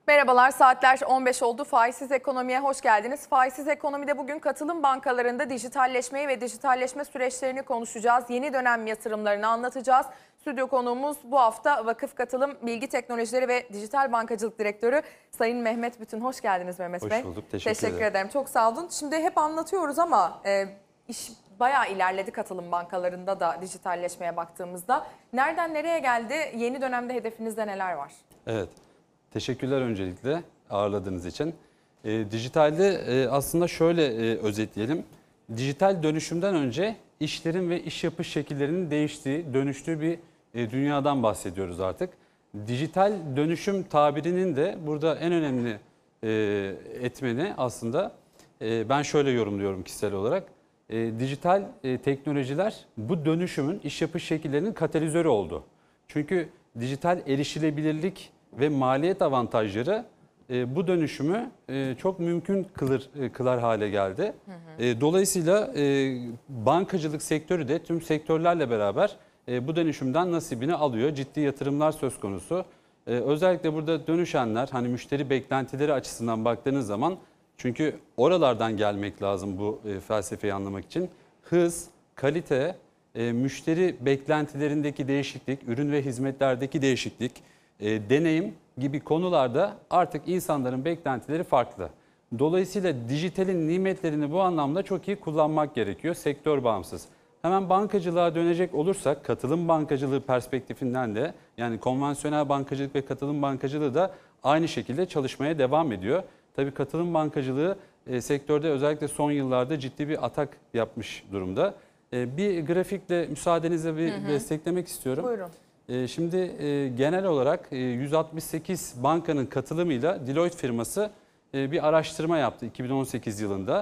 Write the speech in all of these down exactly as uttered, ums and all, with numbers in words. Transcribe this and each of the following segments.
Merhabalar, saatler on beş oldu. Faizsiz ekonomiye hoş geldiniz. Faizsiz ekonomide bugün katılım bankalarında dijitalleşmeyi ve dijitalleşme süreçlerini konuşacağız. Yeni dönem yatırımlarını anlatacağız. Stüdyo konuğumuz bu hafta Vakıf Katılım Bilgi Teknolojileri ve Dijital Bankacılık Direktörü Sayın Mehmet Bütün. Hoş geldiniz Mehmet hoş Bey. Hoş bulduk, teşekkür, teşekkür ederim. ederim. Çok sağ olun. Şimdi hep anlatıyoruz ama e, iş bayağı ilerledi katılım bankalarında da dijitalleşmeye baktığımızda. Nereden nereye geldi? Yeni dönemde hedefinizde neler var? Evet. Teşekkürler öncelikle ağırladığınız için. E, dijitalde e, aslında şöyle e, özetleyelim. Dijital dönüşümden önce işlerin ve iş yapış şekillerinin değiştiği, dönüştüğü bir e, dünyadan bahsediyoruz artık. Dijital dönüşüm tabirinin de burada en önemli e, etmeni aslında e, ben şöyle yorumluyorum kişisel olarak. E, dijital e, teknolojiler bu dönüşümün iş yapış şekillerinin katalizörü oldu. Çünkü dijital erişilebilirlik ve maliyet avantajları e, bu dönüşümü e, çok mümkün kılır, e, kılar hale geldi. Hı hı. E, dolayısıyla e, bankacılık sektörü de tüm sektörlerle beraber e, bu dönüşümden nasibini alıyor. Ciddi yatırımlar söz konusu. E, özellikle burada dönüşenler hani müşteri beklentileri açısından baktığınız zaman çünkü oralardan gelmek lazım bu e, felsefeyi anlamak için. Hız, kalite, e, müşteri beklentilerindeki değişiklik, ürün ve hizmetlerdeki değişiklik, E, deneyim gibi konularda artık insanların beklentileri farklı. Dolayısıyla dijitalin nimetlerini bu anlamda çok iyi kullanmak gerekiyor, sektör bağımsız. Hemen bankacılığa dönecek olursak katılım bankacılığı perspektifinden de yani konvansiyonel bankacılık ve katılım bankacılığı da aynı şekilde çalışmaya devam ediyor. Tabii katılım bankacılığı e, sektörde özellikle son yıllarda ciddi bir atak yapmış durumda. E, bir grafikle müsaadenizle bir hı hı. desteklemek istiyorum. Buyurun. Şimdi genel olarak yüz altmış sekiz bankanın katılımıyla Deloitte firması bir araştırma yaptı iki bin on sekiz yılında.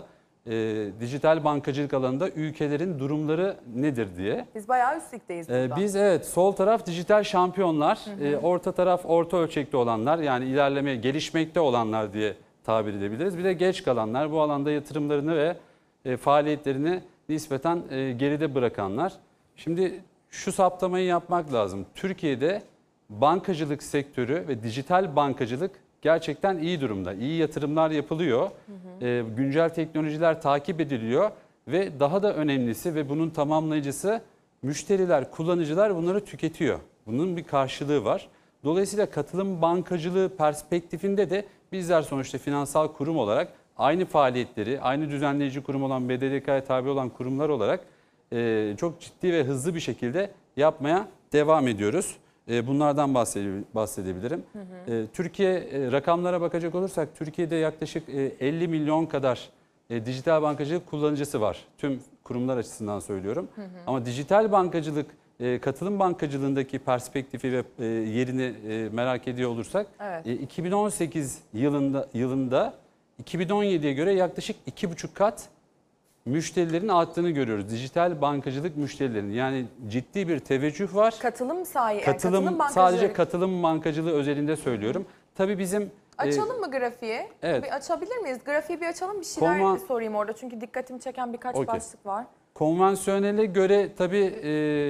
Dijital bankacılık alanında ülkelerin durumları nedir diye. Biz bayağı üst ligdeyiz burada. Biz evet sol taraf dijital şampiyonlar, hı hı. orta taraf orta ölçekte olanlar yani ilerlemeye gelişmekte olanlar diye tabir edebiliriz. Bir de geç kalanlar bu alanda yatırımlarını ve faaliyetlerini nispeten geride bırakanlar. Şimdi şu saptamayı yapmak lazım. Türkiye'de bankacılık sektörü ve dijital bankacılık gerçekten iyi durumda. İyi yatırımlar yapılıyor. Hı hı. E, güncel teknolojiler takip ediliyor ve daha da önemlisi ve bunun tamamlayıcısı müşteriler, kullanıcılar bunları tüketiyor. Bunun bir karşılığı var. Dolayısıyla katılım bankacılığı perspektifinde de bizler sonuçta finansal kurum olarak aynı faaliyetleri, aynı düzenleyici kurum olan B D D K'ya tabi olan kurumlar olarak Ee, çok ciddi ve hızlı bir şekilde yapmaya devam ediyoruz. Ee, bunlardan bahsedebilirim. Hı hı. Ee, Türkiye e, rakamlara bakacak olursak Türkiye'de yaklaşık e, elli milyon kadar e, dijital bankacılık kullanıcısı var. Tüm kurumlar açısından söylüyorum. Hı hı. Ama dijital bankacılık, e, katılım bankacılığındaki perspektifi ve e, yerini e, merak ediyor olursak evet. e, iki bin on sekiz yılında yılında iki bin on yediye göre yaklaşık iki buçuk kat müşterilerin arttığını görüyoruz. Dijital bankacılık müşterilerinin yani ciddi bir teveccüh var. Katılım sayı, katılım, yani katılım sadece katılım bankacılığı özelinde söylüyorum. Tabii bizim açalım e, mı grafiği? Evet. Bir açabilir miyiz? Grafiği bir açalım, bir şeyler Konvan... sorayım orada çünkü dikkatimi çeken birkaç okay. başlık var. Konvansiyonele göre tabii e,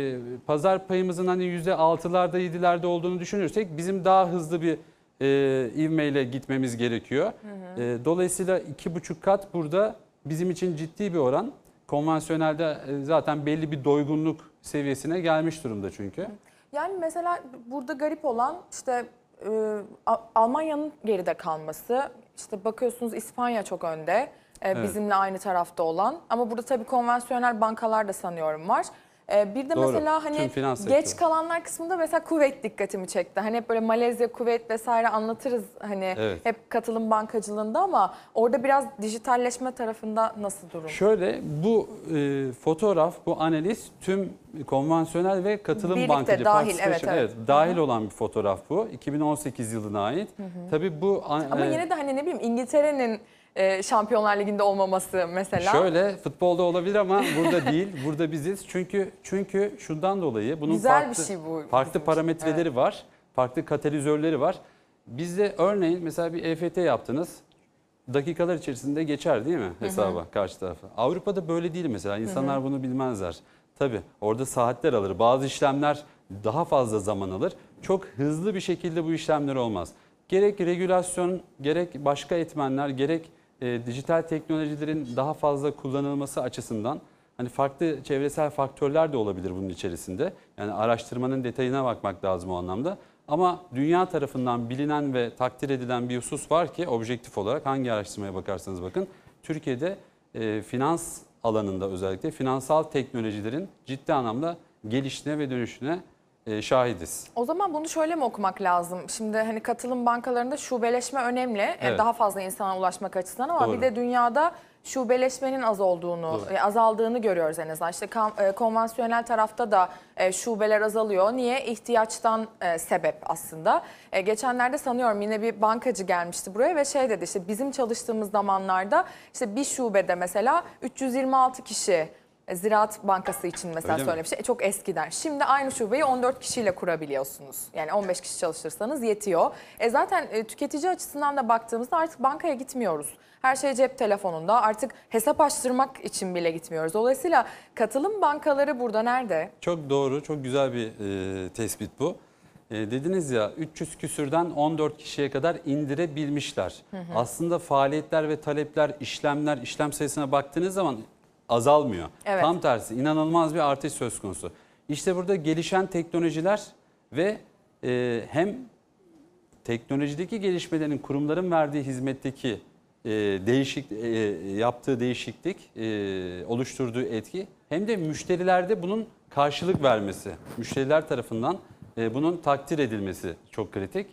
pazar payımızın hani yüzde altılarda yedilerde olduğunu düşünürsek bizim daha hızlı bir e, ivmeyle gitmemiz gerekiyor. Hı hı. E, dolayısıyla iki buçuk kat burada bizim için ciddi bir oran. Konvansiyonelde zaten belli bir doygunluk seviyesine gelmiş durumda çünkü. Yani mesela burada garip olan işte e, Almanya'nın geride kalması. İşte bakıyorsunuz İspanya çok önde. E, evet. Bizimle aynı tarafta olan. Ama burada tabii konvansiyonel bankalar da sanıyorum var. Bir de Doğru. mesela hani geç kalanlar kısmında mesela Kuveyt dikkatimi çekti. Hani hep böyle Malezya, Kuveyt vesaire anlatırız hani evet. hep katılım bankacılığında ama orada biraz dijitalleşme tarafında nasıl durum? Şöyle bu e, fotoğraf, bu analiz tüm konvansiyonel ve katılım Birlikte, bankacı dahil, evet, evet. evet dahil Hı-hı. olan bir fotoğraf bu. iki bin on sekiz yılına ait. Hı-hı. Tabii bu ama e, yine de hani ne bileyim İngiltere'nin Şampiyonlar Ligi'nde olmaması mesela. Şöyle futbolda olabilir ama burada değil. Burada biziz. Çünkü çünkü şundan dolayı bunun Güzel farklı bir şey bu, farklı parametreleri evet. var. Farklı katalizörleri var. Bizde örneğin mesela bir E F T yaptınız. Dakikalar içerisinde geçer değil mi hesaba hı hı. karşı tarafa. Avrupa'da böyle değil mesela. İnsanlar hı hı. bunu bilmezler. Tabii orada saatler alır. Bazı işlemler daha fazla zaman alır. Çok hızlı bir şekilde bu işlemler olmaz. Gerek regülasyon, gerek başka etmenler, gerek e, dijital teknolojilerin daha fazla kullanılması açısından hani farklı çevresel faktörler de olabilir bunun içerisinde. Yani araştırmanın detayına bakmak lazım o anlamda. Ama dünya tarafından bilinen ve takdir edilen bir husus var ki objektif olarak hangi araştırmaya bakarsanız bakın Türkiye'de e, finans alanında özellikle finansal teknolojilerin ciddi anlamda gelişine ve dönüşüne e, şahidiz. O zaman bunu şöyle mi okumak lazım? Şimdi hani katılım bankalarında şubeleşme önemli. e, Evet. Daha fazla insana ulaşmak açısından ama Doğru. bir de dünyada şubeleşmenin az olduğunu, Doğru. e, azaldığını görüyoruz en azından. İşte kam- e, konvansiyonel tarafta da e, şubeler azalıyor. Niye? İhtiyaçtan e, sebep aslında. E, geçenlerde sanıyorum yine bir bankacı gelmişti buraya ve şey dedi, işte bizim çalıştığımız zamanlarda işte bir şubede mesela üç yüz yirmi altı kişi, e, Ziraat Bankası için mesela Öyle mi? söylemişti. E, çok eskiden. Şimdi aynı şubeyi on dört kişiyle kurabiliyorsunuz. Yani on beş kişi çalıştırsanız yetiyor. E zaten e, tüketici açısından da baktığımızda artık bankaya gitmiyoruz. Her şey cep telefonunda. Artık hesap açtırmak için bile gitmiyoruz. Dolayısıyla katılım bankaları burada nerede? Çok doğru, çok güzel bir e, tespit bu. E, dediniz ya üç yüz küsürden on dört kişiye kadar indirebilmişler. Hı hı. Aslında faaliyetler ve talepler, işlemler, işlem sayısına baktığınız zaman azalmıyor. Evet. Tam tersi inanılmaz bir artış söz konusu. İşte burada gelişen teknolojiler ve e, hem teknolojideki gelişmelerin kurumların verdiği hizmetteki e, değişik e, yaptığı değişiklik, e, oluşturduğu etki hem de müşterilerde bunun karşılık vermesi, müşteriler tarafından e, bunun takdir edilmesi çok kritik.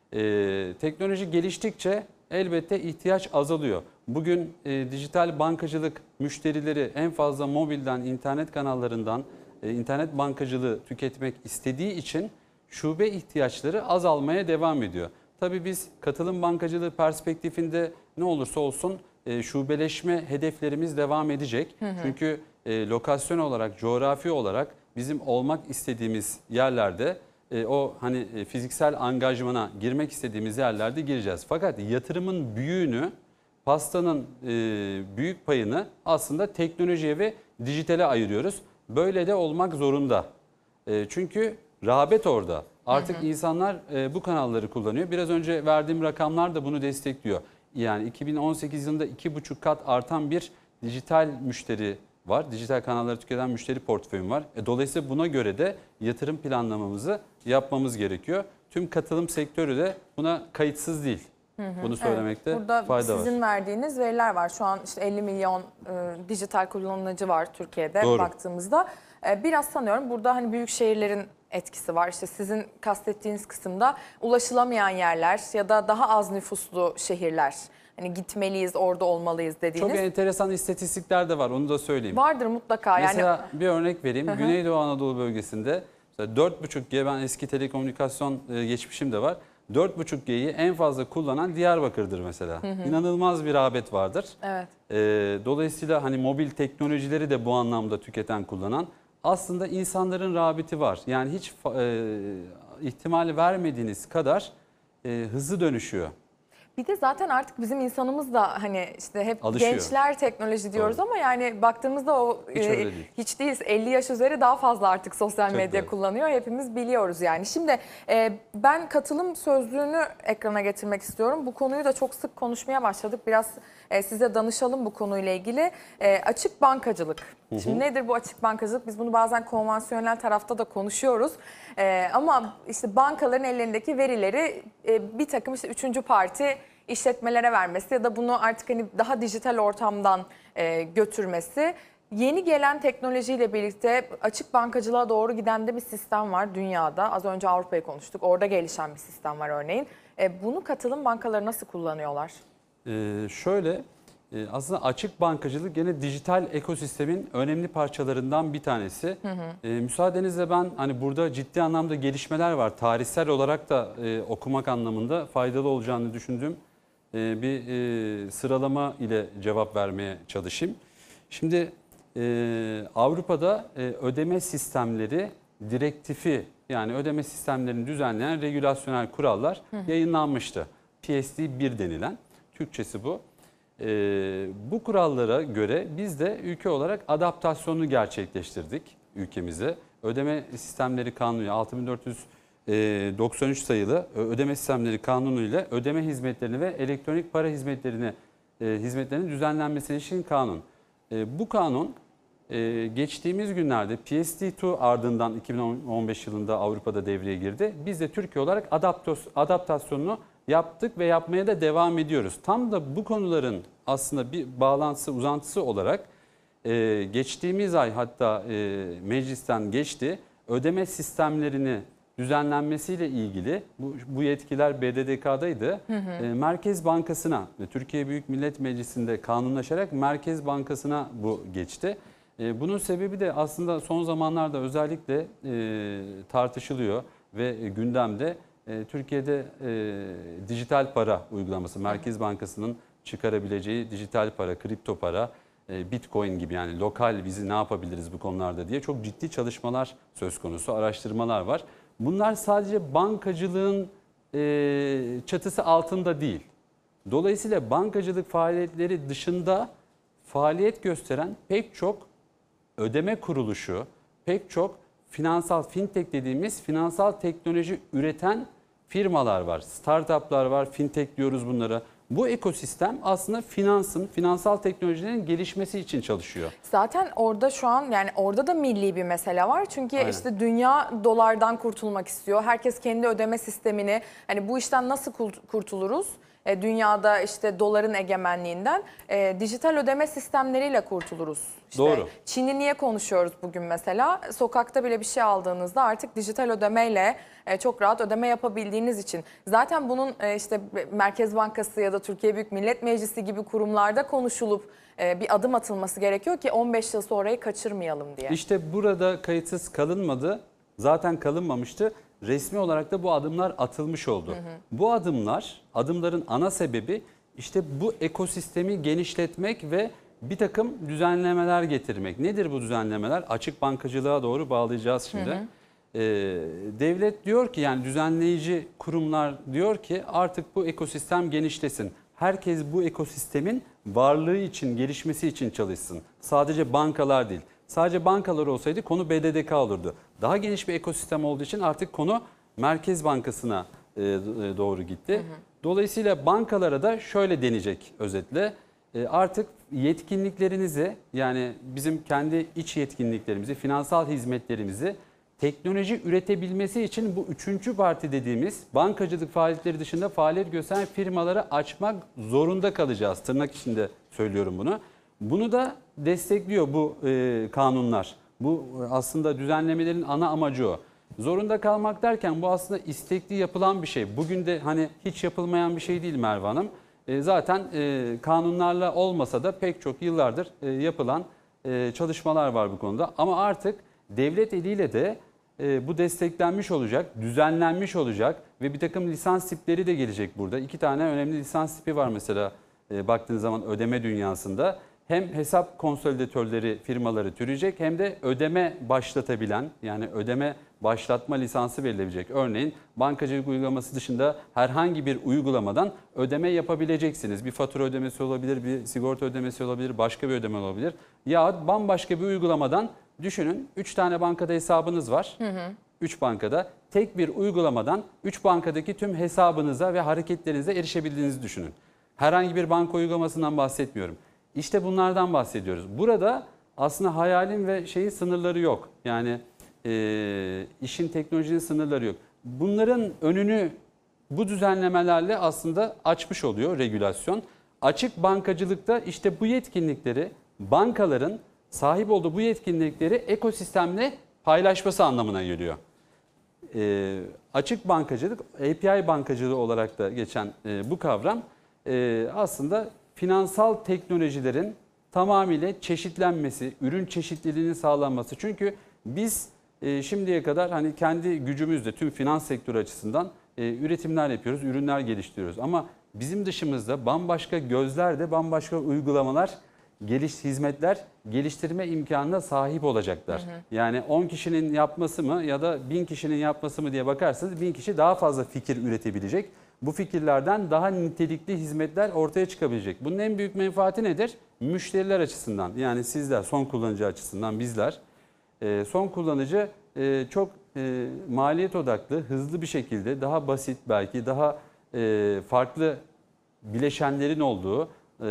E, teknoloji geliştikçe elbette ihtiyaç azalıyor. Bugün e, dijital bankacılık müşterileri en fazla mobilden, internet kanallarından e, internet bankacılığı tüketmek istediği için şube ihtiyaçları azalmaya devam ediyor. Tabii biz katılım bankacılığı perspektifinde ne olursa olsun e, şubeleşme hedeflerimiz devam edecek. Hı hı. Çünkü e, lokasyon olarak, coğrafi olarak bizim olmak istediğimiz yerlerde e, o hani e, fiziksel angajmana girmek istediğimiz yerlerde gireceğiz. Fakat yatırımın büyüğünü, pastanın e, büyük payını aslında teknolojiye ve dijitale ayırıyoruz. Böyle de olmak zorunda. E, çünkü rağbet orada. Artık hı hı. insanlar e, bu kanalları kullanıyor. Biraz önce verdiğim rakamlar da bunu destekliyor. Yani iki bin on sekiz yılında iki buçuk kat artan bir dijital müşteri var. Dijital kanalları tüketen müşteri portföyüm var. E, dolayısıyla buna göre de yatırım planlamamızı yapmamız gerekiyor. Tüm katılım sektörü de buna kayıtsız değil. Hı hı. Bunu söylemekte evet, burada fayda var. sizin verdiğiniz veriler var. Şu an işte elli milyon e, dijital kullanıcı var Türkiye'de. Doğru. Baktığımızda. E, biraz sanıyorum burada hani büyük şehirlerin etkisi var. İşte sizin kastettiğiniz kısımda ulaşılamayan yerler ya da daha az nüfuslu şehirler. Hani gitmeliyiz, orada olmalıyız dediğiniz. Çok enteresan istatistikler de var, onu da söyleyeyim. Vardır mutlaka. Mesela yani... bir örnek vereyim. Hı hı. Güneydoğu Anadolu bölgesinde dört buçuk G, ben eski telekomünikasyon geçmişim de var. dört buçuk G'yi en fazla kullanan Diyarbakır'dır mesela. Hı hı. İnanılmaz bir rağbet vardır. Evet. Ee, dolayısıyla hani mobil teknolojileri de bu anlamda tüketen, kullanan aslında insanların rağbeti var. Yani hiç e, ihtimal vermediğiniz kadar e, hızlı dönüşüyor. Bir de zaten artık bizim insanımız da hani işte hep alışıyor. Gençler teknoloji diyoruz. Doğru. Ama yani baktığımızda o hiç, e, değil. hiç değil. elli yaş üzeri daha fazla artık sosyal Çok medya doğru. kullanıyor. Hepimiz biliyoruz yani. Şimdi e, ben katılım sözlüğünü ekrana getirmek istiyorum. Bu konuyu da çok sık konuşmaya başladık. Biraz e, size danışalım bu konuyla ilgili. E, açık bankacılık. Hı hı. Şimdi nedir bu açık bankacılık? Biz bunu bazen konvansiyonel tarafta da konuşuyoruz. E, ama işte bankaların ellerindeki verileri e, bir takım işte üçüncü parti işletmelere vermesi ya da bunu artık hani daha dijital ortamdan e, götürmesi. Yeni gelen teknolojiyle birlikte açık bankacılığa doğru giden de bir sistem var dünyada. Az önce Avrupa'yı konuştuk. Orada gelişen bir sistem var örneğin. E, bunu katılım bankaları nasıl kullanıyorlar? Ee, şöyle e, aslında açık bankacılık gene dijital ekosistemin önemli parçalarından bir tanesi. Hı hı. E, müsaadenizle ben hani burada ciddi anlamda gelişmeler var. Tarihsel olarak da e, okumak anlamında faydalı olacağını düşündüğüm bir sıralama ile cevap vermeye çalışayım. Şimdi Avrupa'da ödeme sistemleri direktifi, yani ödeme sistemlerini düzenleyen regülasyonel kurallar hı hı. yayınlanmıştı. P S D bir denilen, Türkçesi bu. Bu kurallara göre biz de ülke olarak adaptasyonu gerçekleştirdik ülkemize. Ödeme sistemleri kanunu altı bin dört yüz doksan üç sayılı ödeme sistemleri kanunu ile ödeme hizmetlerini ve elektronik para hizmetlerini hizmetlerinin düzenlenmesi için kanun. Bu kanun geçtiğimiz günlerde P S D iki ardından iki bin on beş yılında Avrupa'da devreye girdi. Biz de Türkiye olarak adaptasyonunu yaptık ve yapmaya da devam ediyoruz. Tam da bu konuların aslında bir bağlantısı, uzantısı olarak geçtiğimiz ay hatta meclisten geçti. Ödeme sistemlerini düzenlenmesiyle ilgili bu, bu yetkiler B D D K'daydı. Hı hı. E, Merkez Bankası'na ve Türkiye Büyük Millet Meclisi'nde kanunlaşarak Merkez Bankası'na bu geçti. E, bunun sebebi de aslında son zamanlarda özellikle e, tartışılıyor ve gündemde e, Türkiye'de e, dijital para uygulaması, Merkez Bankası'nın çıkarabileceği dijital para, kripto para, Bitcoin gibi, yani lokal bizi ne yapabiliriz bu konularda diye çok ciddi çalışmalar söz konusu, araştırmalar var. Bunlar sadece bankacılığın çatısı altında değil. Dolayısıyla bankacılık faaliyetleri dışında faaliyet gösteren pek çok ödeme kuruluşu, pek çok finansal fintech dediğimiz finansal teknoloji üreten firmalar var. Startuplar var, fintech diyoruz bunlara. Bu ekosistem aslında finansın, finansal teknolojilerin gelişmesi için çalışıyor. Zaten orada şu an, yani orada da milli bir mesele var. Çünkü Aynen. işte dünya dolardan kurtulmak istiyor. Herkes kendi ödeme sistemini, hani bu işten nasıl kurtuluruz? E, dünyada işte doların egemenliğinden e, dijital ödeme sistemleriyle kurtuluruz. İşte Doğru. Çin'i niye konuşuyoruz bugün mesela? Sokakta bile bir şey aldığınızda artık dijital ödemeyle e, çok rahat ödeme yapabildiğiniz için. Zaten bunun e, işte Merkez Bankası ya da Türkiye Büyük Millet Meclisi gibi kurumlarda konuşulup e, bir adım atılması gerekiyor ki on beş yıl sonrayı kaçırmayalım diye. İşte burada kayıtsız kalınmadı. Zaten kalınmamıştı. Resmi olarak da bu adımlar atılmış oldu. Hı hı. Bu adımlar, adımların ana sebebi işte bu ekosistemi genişletmek ve bir takım düzenlemeler getirmek. Nedir bu düzenlemeler? Açık bankacılığa doğru bağlayacağız şimdi. Hı hı. Ee, devlet diyor ki, yani düzenleyici kurumlar diyor ki artık bu ekosistem genişlesin. Herkes bu ekosistemin varlığı için, gelişmesi için çalışsın. Sadece bankalar değil. Sadece bankalar olsaydı konu B D D K olurdu. Daha geniş bir ekosistem olduğu için artık konu Merkez Bankası'na doğru gitti. Hı hı. Dolayısıyla bankalara da şöyle denecek özetle. Artık yetkinliklerinizi, yani bizim kendi iç yetkinliklerimizi, finansal hizmetlerimizi teknoloji üretebilmesi için bu üçüncü parti dediğimiz bankacılık faaliyetleri dışında faaliyet gösteren firmaları açmak zorunda kalacağız. Tırnak içinde söylüyorum bunu. Bunu da destekliyor bu e, kanunlar. Bu aslında düzenlemelerin ana amacı o. Zorunda kalmak derken bu aslında istekli yapılan bir şey. Bugün de hani hiç yapılmayan bir şey değil Merve Hanım. E, zaten e, kanunlarla olmasa da pek çok yıllardır e, yapılan e, çalışmalar var bu konuda. Ama artık devlet eliyle de e, bu desteklenmiş olacak, düzenlenmiş olacak ve bir takım lisans tipleri de gelecek burada. İki tane önemli lisans tipi var mesela e, baktığınız zaman ödeme dünyasında. Hem hesap konsolidatörleri firmaları türeyecek hem de ödeme başlatabilen, yani ödeme başlatma lisansı verilebilecek. Örneğin bankacılık uygulaması dışında herhangi bir uygulamadan ödeme yapabileceksiniz. Bir fatura ödemesi olabilir, bir sigorta ödemesi olabilir, başka bir ödeme olabilir. Ya bambaşka bir uygulamadan düşünün, üç tane bankada hesabınız var. Hı hı. üç bankada tek bir uygulamadan üç bankadaki tüm hesabınıza ve hareketlerinize erişebildiğinizi düşünün. Herhangi bir banka uygulamasından bahsetmiyorum. İşte bunlardan bahsediyoruz. Burada aslında hayalin ve şeyin sınırları yok. Yani e, işin, teknolojinin sınırları yok. Bunların önünü bu düzenlemelerle aslında açmış oluyor regülasyon. Açık bankacılıkta işte bu yetkinlikleri bankaların sahip olduğu bu yetkinlikleri ekosistemle paylaşması anlamına geliyor. E, açık bankacılık, A P I bankacılığı olarak da geçen e, bu kavram e, aslında finansal teknolojilerin tamamıyla çeşitlenmesi, ürün çeşitliliğinin sağlanması. Çünkü biz e, şimdiye kadar hani kendi gücümüzle tüm finans sektörü açısından e, üretimler yapıyoruz, ürünler geliştiriyoruz. Ama bizim dışımızda bambaşka gözlerde bambaşka uygulamalar, geliş hizmetler geliştirme imkanına sahip olacaklar. Hı hı. Yani on kişinin yapması mı ya da bin kişinin yapması mı diye bakarsanız bin kişi daha fazla fikir üretebilecek. Bu fikirlerden daha nitelikli hizmetler ortaya çıkabilecek. Bunun en büyük menfaati nedir? Müşteriler açısından, yani sizler, son kullanıcı açısından bizler. Son kullanıcı çok e, maliyet odaklı, hızlı bir şekilde, daha basit belki, daha e, farklı bileşenlerin olduğu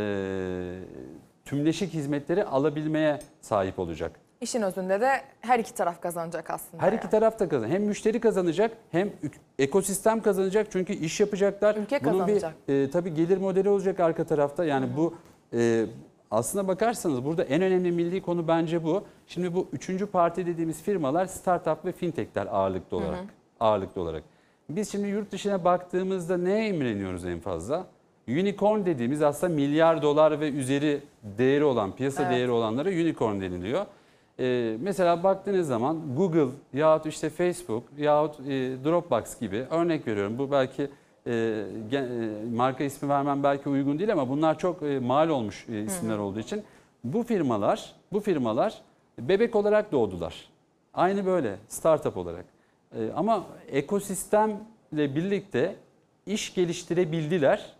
e, tümleşik hizmetleri alabilmeye sahip olacak. İşin özünde de her iki taraf kazanacak aslında. Her yani. iki taraf da kazanacak. Hem müşteri kazanacak hem ekosistem kazanacak. Çünkü iş yapacaklar. Ülke Bunun kazanacak. bir e, tabii gelir modeli olacak arka tarafta. Yani Hı-hı. bu e, aslına bakarsanız burada en önemli milli konu bence bu. Şimdi bu üçüncü parti dediğimiz firmalar startup ve fintechler ağırlıklı olarak. Hı-hı. ağırlıklı olarak. Biz şimdi yurt dışına baktığımızda neye imreniyoruz en fazla? Unicorn dediğimiz aslında milyar dolar ve üzeri değeri olan, piyasa evet. değeri olanlara unicorn deniliyor. Ee, mesela baktığınız zaman Google yahut işte Facebook yahut e, Dropbox gibi örnek veriyorum. Bu belki e, gen, e, marka ismi vermem belki uygun değil ama bunlar çok e, mal olmuş e, isimler hı hı. olduğu için bu firmalar bu firmalar bebek olarak doğdular. Aynı böyle startup olarak. E, ama ekosistemle birlikte iş geliştirebildiler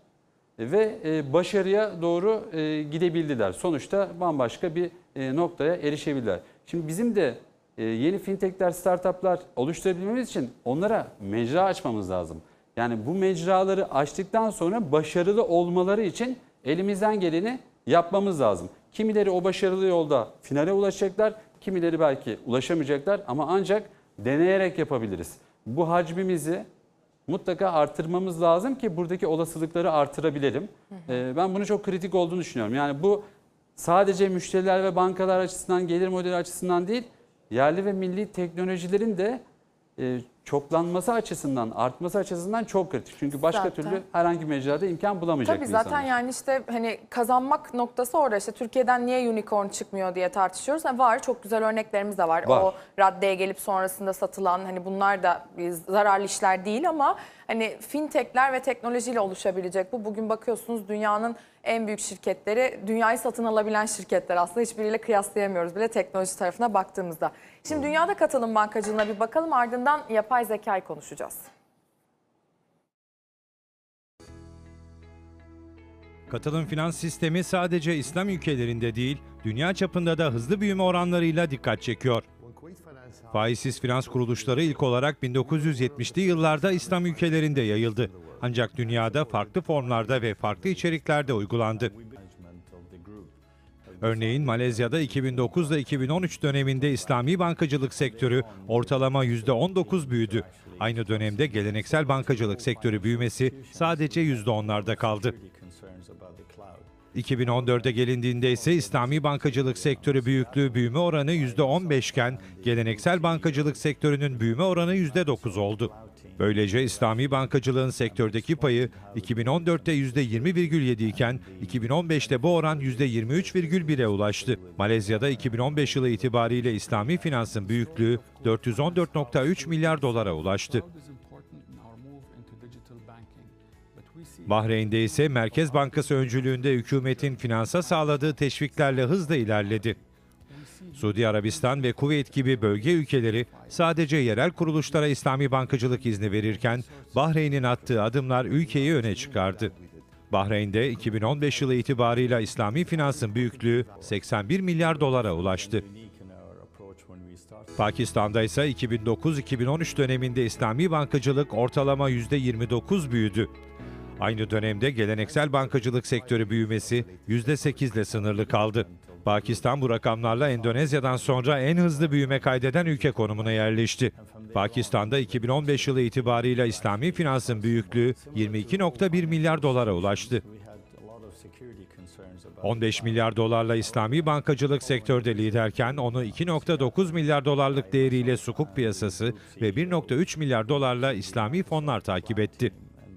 ve e, başarıya doğru e, gidebildiler. Sonuçta bambaşka bir e, noktaya erişebildiler. Şimdi bizim de e, yeni fintechler, startuplar oluşturabilmemiz için onlara mecra açmamız lazım. Yani bu mecraları açtıktan sonra başarılı olmaları için elimizden geleni yapmamız lazım. Kimileri o başarılı yolda finale ulaşacaklar, kimileri belki ulaşamayacaklar ama ancak deneyerek yapabiliriz. Bu hacmimizi mutlaka artırmamız lazım ki buradaki olasılıkları artırabilelim. Hı hı. Ee, ben bunu çok kritik olduğunu düşünüyorum. Yani bu sadece müşteriler ve bankalar açısından, gelir modeli açısından değil, yerli ve milli teknolojilerin de e, çoklanması açısından, artması açısından çok kritik. Çünkü başka zaten. türlü herhangi bir mecrada imkan bulamayacak Tabii insanlar. zaten yani işte hani kazanmak noktası orada. İşte Türkiye'den niye unicorn çıkmıyor diye tartışıyoruz. Yani var, çok güzel örneklerimiz de var. var. O raddeye gelip sonrasında satılan, hani bunlar da zararlı işler değil ama hani fintechler ve teknolojiyle oluşabilecek bu. Bugün bakıyorsunuz dünyanın en büyük şirketleri, dünyayı satın alabilen şirketler aslında, hiçbiriyle kıyaslayamıyoruz bile teknoloji tarafına baktığımızda. Şimdi dünyada katılım bankacılığına bir bakalım, ardından yapay zekayı konuşacağız. Katılım finans sistemi sadece İslam ülkelerinde değil, dünya çapında da hızlı büyüme oranlarıyla dikkat çekiyor. Faizsiz finans kuruluşları ilk olarak bin dokuz yüz yetmişli yıllarda İslam ülkelerinde yayıldı. Ancak dünyada farklı formlarda ve farklı içeriklerde uygulandı. Örneğin Malezya'da iki bin dokuz ile iki bin on üç döneminde İslami bankacılık sektörü ortalama yüzde on dokuz büyüdü. Aynı dönemde geleneksel bankacılık sektörü büyümesi sadece yüzde onlarda kaldı. iki bin on dörde gelindiğinde ise İslami bankacılık sektörü büyüklüğü büyüme oranı yüzde on beş iken geleneksel bankacılık sektörünün büyüme oranı yüzde dokuz oldu. Böylece İslami bankacılığın sektördeki payı iki bin on dörtte yüzde yirmi virgül yedi iken iki bin on beşte bu oran yüzde yirmi üç virgül bire ulaştı. Malezya'da iki bin on beş yılı itibariyle İslami finansın büyüklüğü dört yüz on dört virgül üç milyar dolara ulaştı. Bahreyn'de ise Merkez Bankası öncülüğünde hükümetin finansa sağladığı teşviklerle hızla ilerledi. Suudi Arabistan ve Kuveyt gibi bölge ülkeleri sadece yerel kuruluşlara İslami bankacılık izni verirken Bahreyn'in attığı adımlar ülkeyi öne çıkardı. Bahreyn'de iki bin on beş yılı itibarıyla İslami finansın büyüklüğü seksen bir milyar dolara ulaştı. Pakistan'da ise iki bin dokuz iki bin on üç döneminde İslami bankacılık ortalama yüzde yirmi dokuz büyüdü. Aynı dönemde geleneksel bankacılık sektörü büyümesi yüzde sekiz ile sınırlı kaldı. Pakistan bu rakamlarla Endonezya'dan sonra en hızlı büyüme kaydeden ülke konumuna yerleşti. Pakistan'da iki bin on beş yılı itibarıyla İslami finansın büyüklüğü yirmi iki virgül bir milyar dolara ulaştı. on beş milyar dolarla İslami bankacılık sektörde liderken onu iki virgül dokuz milyar dolarlık değeriyle sukuk piyasası ve bir virgül üç milyar dolarla İslami fonlar takip etti.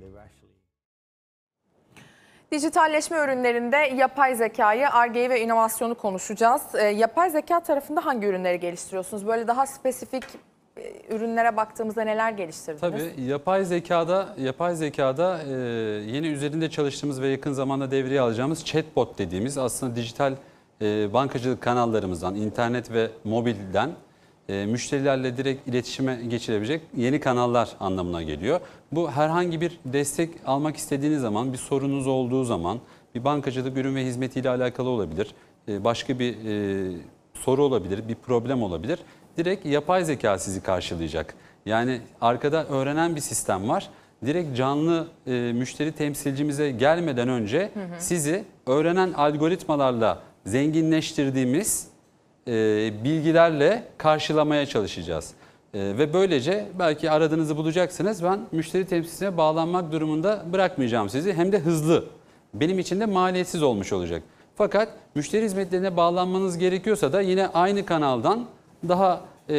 Dijitalleşme ürünlerinde yapay zekayı, Ar-Ge'yi ve inovasyonu konuşacağız. E, yapay zeka tarafında hangi ürünleri geliştiriyorsunuz? Böyle daha spesifik e, ürünlere baktığımızda neler geliştirdiniz? Tabii yapay zekada yapay zekada e, yeni üzerinde çalıştığımız ve yakın zamanda devreye alacağımız chatbot dediğimiz aslında dijital e, bankacılık kanallarımızdan, internet ve mobilden e, müşterilerle direkt iletişime geçirebilecek yeni kanallar anlamına geliyor. Bu herhangi bir destek almak istediğiniz zaman, bir sorunuz olduğu zaman, bir bankacılık ürün ve hizmetiyle alakalı olabilir, e, başka bir e, soru olabilir, bir problem olabilir. direkt yapay zeka sizi karşılayacak. Yani arkada öğrenen bir sistem var. Direkt canlı e, müşteri temsilcimize gelmeden önce hı hı. sizi öğrenen algoritmalarla zenginleştirdiğimiz e, bilgilerle karşılamaya çalışacağız. E, ve böylece belki aradığınızı bulacaksınız. Ben müşteri temsilcisine bağlanmak durumunda bırakmayacağım sizi. Hem de hızlı. Benim için de maliyetsiz olmuş olacak. Fakat müşteri hizmetlerine bağlanmanız gerekiyorsa da yine aynı kanaldan daha e,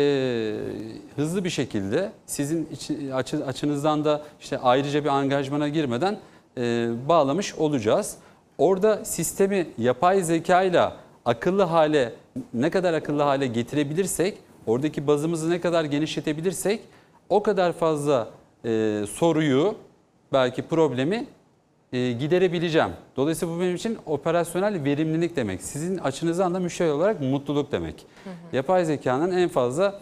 hızlı bir şekilde sizin için, açı, açınızdan da işte ayrıca bir angajmana girmeden e, bağlamış olacağız. Orada sistemi yapay zeka ile akıllı hale ne kadar akıllı hale getirebilirsek, oradaki bazımızı ne kadar genişletebilirsek o kadar fazla e, soruyu, belki problemi e, giderebileceğim. Dolayısıyla bu benim için operasyonel verimlilik demek. Sizin açınızdan da müşteri olarak mutluluk demek. Hı hı. Yapay zekanın en fazla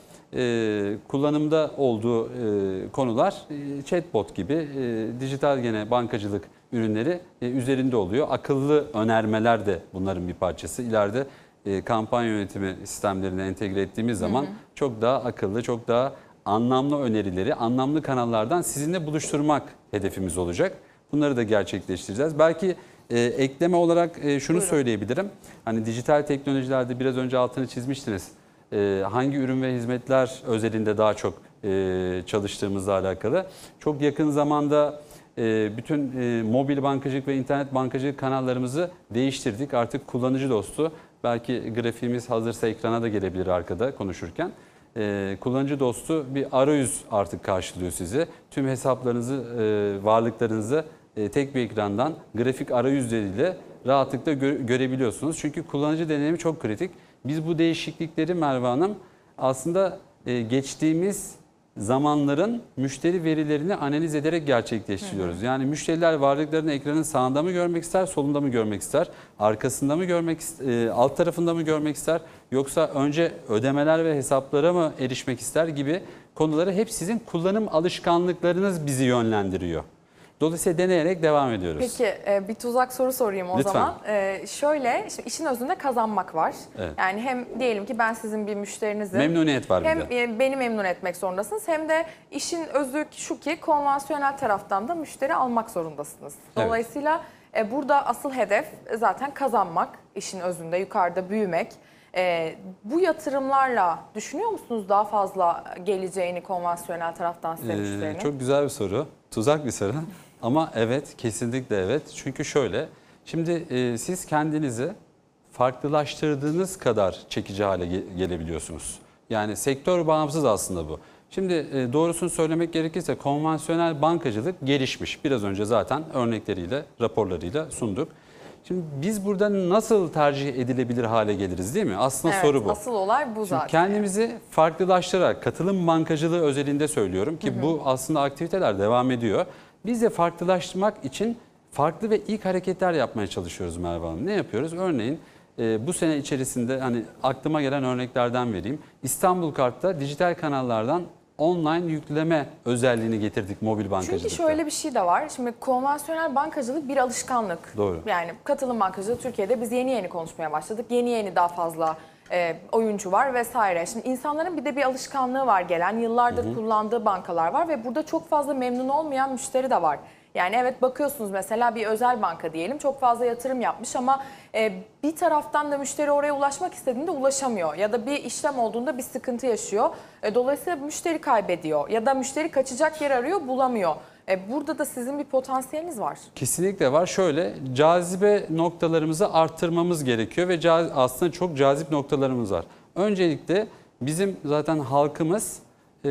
e, kullanımda olduğu e, konular e, chatbot gibi e, dijital gene bankacılık ürünleri e, üzerinde oluyor. Akıllı önermeler de bunların bir parçası. İleride e, kampanya yönetimi sistemlerine entegre ettiğimiz zaman hı hı. çok daha akıllı, çok daha anlamlı önerileri anlamlı kanallardan sizinle buluşturmak hedefimiz olacak. Bunları da gerçekleştireceğiz. Belki e, ekleme olarak e, şunu Buyurun. söyleyebilirim. Hani dijital teknolojilerde biraz önce altını çizmiştiniz. E, hangi ürün ve hizmetler özelinde daha çok e, çalıştığımızla alakalı. Çok yakın zamanda e, bütün e, mobil bankacılık ve internet bankacılık kanallarımızı değiştirdik. Artık kullanıcı dostu. Belki grafiğimiz hazırsa ekrana da gelebilir arkada konuşurken. Ee, kullanıcı dostu bir arayüz artık karşılıyor sizi. Tüm hesaplarınızı, e, varlıklarınızı e, tek bir ekrandan grafik arayüzleriyle rahatlıkla gö görebiliyorsunuz. Çünkü kullanıcı deneyimi çok kritik. Biz bu değişiklikleri Merve Hanım aslında e, geçtiğimiz zamanların müşteri verilerini analiz ederek gerçekleştiriyoruz. Hı hı. Yani müşteriler varlıklarını ekranın sağında mı görmek ister, solunda mı görmek ister, arkasında mı görmek ister, alt tarafında mı görmek ister, yoksa önce ödemeler ve hesaplara mı erişmek ister gibi konuları hep sizin kullanım alışkanlıklarınız bizi yönlendiriyor. Dolayısıyla deneyerek devam ediyoruz. Peki bir tuzak soru sorayım o Lütfen. zaman. Ee, şöyle şimdi işin özünde kazanmak var. Evet. Yani hem diyelim ki ben sizin bir müşterinizim. Memnuniyet var hem bir de. Hem beni memnun etmek zorundasınız hem de işin özü şu ki konvansiyonel taraftan da müşteri almak zorundasınız. Dolayısıyla evet. burada asıl hedef zaten kazanmak, işin özünde yukarıda büyümek. Ee, bu yatırımlarla düşünüyor musunuz daha fazla geleceğini konvansiyonel taraftan size müşterinin? Ee, çok güzel bir soru. Tuzak bir soru. Ama evet, kesinlikle evet. Çünkü şöyle, şimdi e, siz kendinizi farklılaştırdığınız kadar çekici hale ge gelebiliyorsunuz. Yani sektör bağımsız aslında bu. Şimdi e, doğrusunu söylemek gerekirse konvansiyonel bankacılık gelişmiş. Biraz önce zaten örnekleriyle, raporlarıyla sunduk. Şimdi biz burada nasıl tercih edilebilir hale geliriz değil mi? Aslında evet, soru bu. Asıl olay bu zaten. Şimdi kendimizi farklılaştırarak, katılım bankacılığı özelinde söylüyorum ki hı hı. bu aslında aktiviteler devam ediyor. Biz de farklılaştırmak için farklı ve ilk hareketler yapmaya çalışıyoruz Merve Hanım. Ne yapıyoruz? Örneğin e, bu sene içerisinde hani aklıma gelen örneklerden vereyim. İstanbul Kart'ta dijital kanallardan online yükleme özelliğini getirdik mobil bankacılıkta. Çünkü şöyle bir şey de var. Şimdi konvansiyonel bankacılık bir alışkanlık. Doğru. Yani katılım bankacılığı Türkiye'de biz yeni yeni konuşmaya başladık. Yeni yeni daha fazla e, oyuncu var vesaire. Şimdi insanların bir de bir alışkanlığı var gelen. Yıllardır hı hı. kullandığı bankalar var ve burada çok fazla memnun olmayan müşteri de var. Yani evet bakıyorsunuz mesela bir özel banka diyelim çok fazla yatırım yapmış ama e, bir taraftan da müşteri oraya ulaşmak istediğinde ulaşamıyor. Ya da bir işlem olduğunda bir sıkıntı yaşıyor. E, dolayısıyla müşteri kaybediyor ya da müşteri kaçacak yer arıyor bulamıyor. E, burada da sizin bir potansiyeliniz var. Kesinlikle var. Şöyle cazibe noktalarımızı arttırmamız gerekiyor ve aslında çok cazip noktalarımız var. Öncelikle bizim zaten halkımız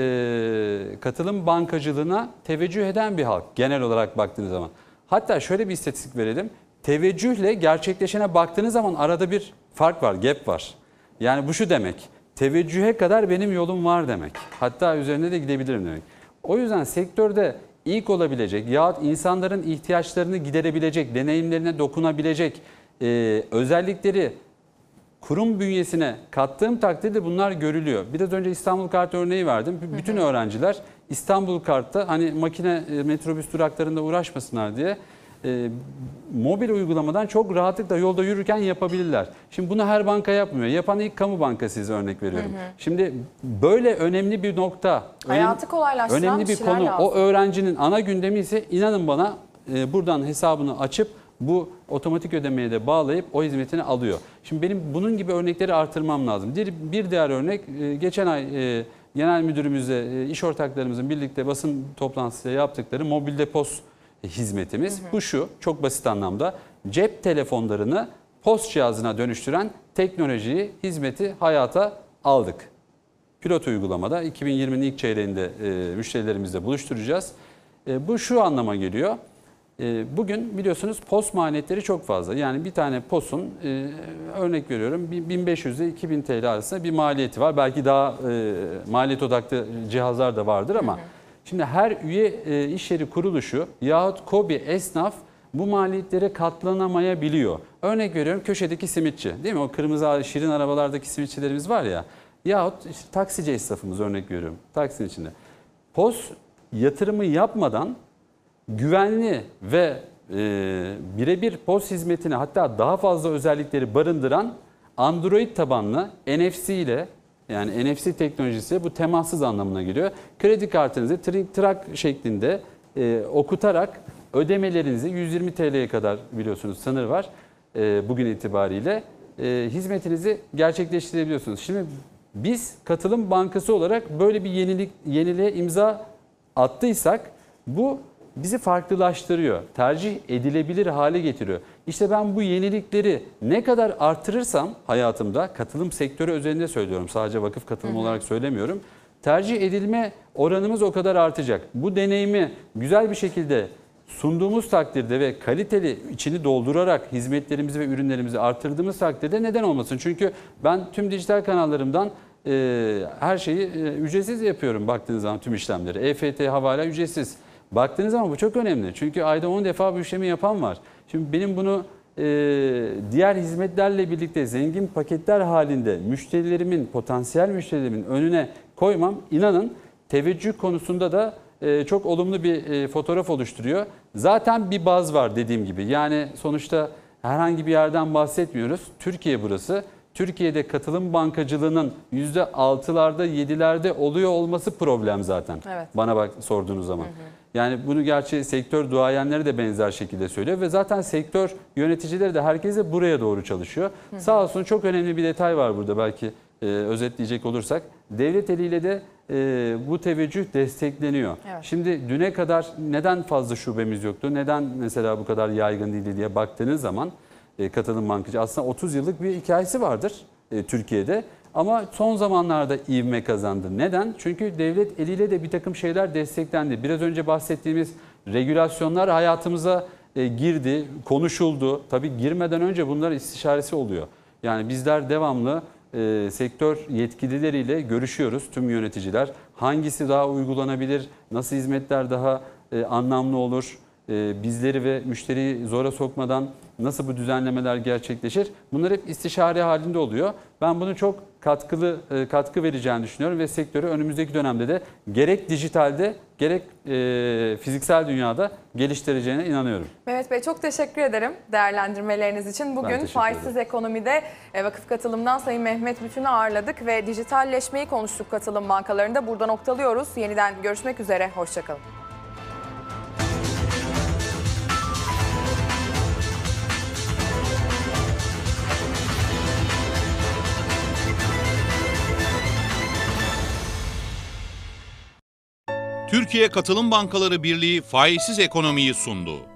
e, katılım bankacılığına teveccüh eden bir halk genel olarak baktığınız zaman. Hatta şöyle bir istatistik verelim. Teveccühle gerçekleşene baktığınız zaman arada bir fark var, gap var. Yani bu şu demek. Teveccühe kadar benim yolum var demek. Hatta üzerine de gidebilirim demek. O yüzden sektörde ilk olabilecek yahut insanların ihtiyaçlarını giderebilecek, deneyimlerine dokunabilecek e, özellikleri kurum bünyesine kattığım takdirde bunlar görülüyor. Biraz önce İstanbul Kart örneği verdim. Bütün öğrenciler İstanbul Kart'ta hani makine metrobüs duraklarında uğraşmasınlar diye e, mobil uygulamadan çok rahatlıkla yolda yürürken yapabilirler. Şimdi bunu her banka yapmıyor. Yapan ilk kamu bankası, size örnek veriyorum. Hı hı. Şimdi böyle önemli bir nokta, hayatı kolaylaştıran önemli bir konu. lazım. O öğrencinin ana gündemi ise, inanın bana, e, buradan hesabını açıp bu otomatik ödemeye de bağlayıp o hizmetini alıyor. Şimdi benim bunun gibi örnekleri artırmam lazım. Bir, bir diğer örnek, e, geçen ay e, genel müdürümüzle, e, iş ortaklarımızın birlikte basın toplantısı yaptıkları mobil depos hizmetimiz. Hı hı. Bu şu, çok basit anlamda cep telefonlarını post cihazına dönüştüren teknolojiyi, hizmeti hayata aldık. Pilot uygulamada iki bin yirminin ilk çeyreğinde e, müşterilerimizle buluşturacağız. E, bu şu anlama geliyor. E, bugün biliyorsunuz post maliyetleri çok fazla. Yani bir tane postun e, örnek veriyorum bin beş yüz ile iki bin T L arasında bir maliyeti var. Belki daha e, maliyet odaklı cihazlar da vardır ama... Hı hı. Şimdi her üye e, iş yeri kuruluşu yahut KOBİ esnaf bu maliyetlere katlanamayabiliyor. Örnek veriyorum, köşedeki simitçi, değil mi? O kırmızı şirin arabalardaki simitçilerimiz var ya. Yahut işte taksici esnafımız, örnek veriyorum, taksinin içinde. POS yatırımı yapmadan güvenli ve e, birebir POS hizmetine, hatta daha fazla özellikleri barındıran Android tabanlı N F C ile, yani N F C teknolojisi, bu temassız anlamına geliyor. Kredi kartınızı trak şeklinde e, okutarak ödemelerinizi yüz yirmi T L'ye kadar, biliyorsunuz sınır var e, bugün itibariyle, e, hizmetinizi gerçekleştirebiliyorsunuz. Şimdi biz katılım bankası olarak böyle bir yenilik yeniliğe imza attıysak bu bizi farklılaştırıyor, tercih edilebilir hale getiriyor. İşte ben bu yenilikleri ne kadar artırırsam hayatımda, katılım sektörü özelinde söylüyorum, sadece vakıf katılımı hı hı. olarak söylemiyorum, tercih edilme oranımız o kadar artacak. Bu deneyimi güzel bir şekilde sunduğumuz takdirde ve kaliteli, içini doldurarak hizmetlerimizi ve ürünlerimizi artırdığımız takdirde neden olmasın? Çünkü ben tüm dijital kanallarımdan e, her şeyi e, ücretsiz yapıyorum baktığınız zaman, tüm işlemleri. E F T, havale ücretsiz. Baktığınız zaman bu çok önemli. Çünkü ayda on defa bu işlemi yapan var. Şimdi benim bunu e, diğer hizmetlerle birlikte zengin paketler halinde müşterilerimin, potansiyel müşterilerimin önüne koymam, inanın teveccüh konusunda da e, çok olumlu bir e, fotoğraf oluşturuyor. Zaten bir baz var dediğim gibi. Yani sonuçta herhangi bir yerden bahsetmiyoruz. Türkiye burası. Türkiye'de katılım bankacılığının yüzde altılarda yedilerde oluyor olması problem zaten. Evet. Bana bak sorduğunuz zaman. Hı hı. Yani bunu gerçi sektör duayenleri de benzer şekilde söylüyor ve zaten sektör yöneticileri de, herkes de buraya doğru çalışıyor. Hı hı. Sağ olsun, çok önemli bir detay var burada, belki e, özetleyecek olursak. Devlet eliyle de e, bu teveccüh destekleniyor. Evet. Şimdi düne kadar neden fazla şubemiz yoktu? Neden mesela bu kadar yaygın değildi diye baktığınız zaman e, katılım bankacı aslında otuz yıllık bir hikayesi vardır e, Türkiye'de. Ama son zamanlarda ivme kazandı. Neden? Çünkü devlet eliyle de bir takım şeyler desteklendi. Biraz önce bahsettiğimiz regülasyonlar hayatımıza e, girdi, konuşuldu. Tabii girmeden önce bunlar istişaresi oluyor. Yani bizler devamlı e, sektör yetkilileriyle görüşüyoruz, tüm yöneticiler. Hangisi daha uygulanabilir, nasıl hizmetler daha e, anlamlı olur, e, bizleri ve müşteriyi zora sokmadan nasıl bu düzenlemeler gerçekleşir? Bunlar hep istişare halinde oluyor. Ben bunu çok katkılı katkı vereceğini düşünüyorum ve sektörü önümüzdeki dönemde de gerek dijitalde gerek e, fiziksel dünyada geliştireceğine inanıyorum. Mehmet Bey, çok teşekkür ederim değerlendirmeleriniz için. Bugün faizsiz ekonomide vakıf katılımdan Sayın Mehmet Bütün'ü ağırladık ve dijitalleşmeyi konuştuk katılım bankalarında. Burada noktalıyoruz. Yeniden görüşmek üzere. Hoşçakalın. Türkiye Katılım Bankaları Birliği faizsiz ekonomiyi sundu.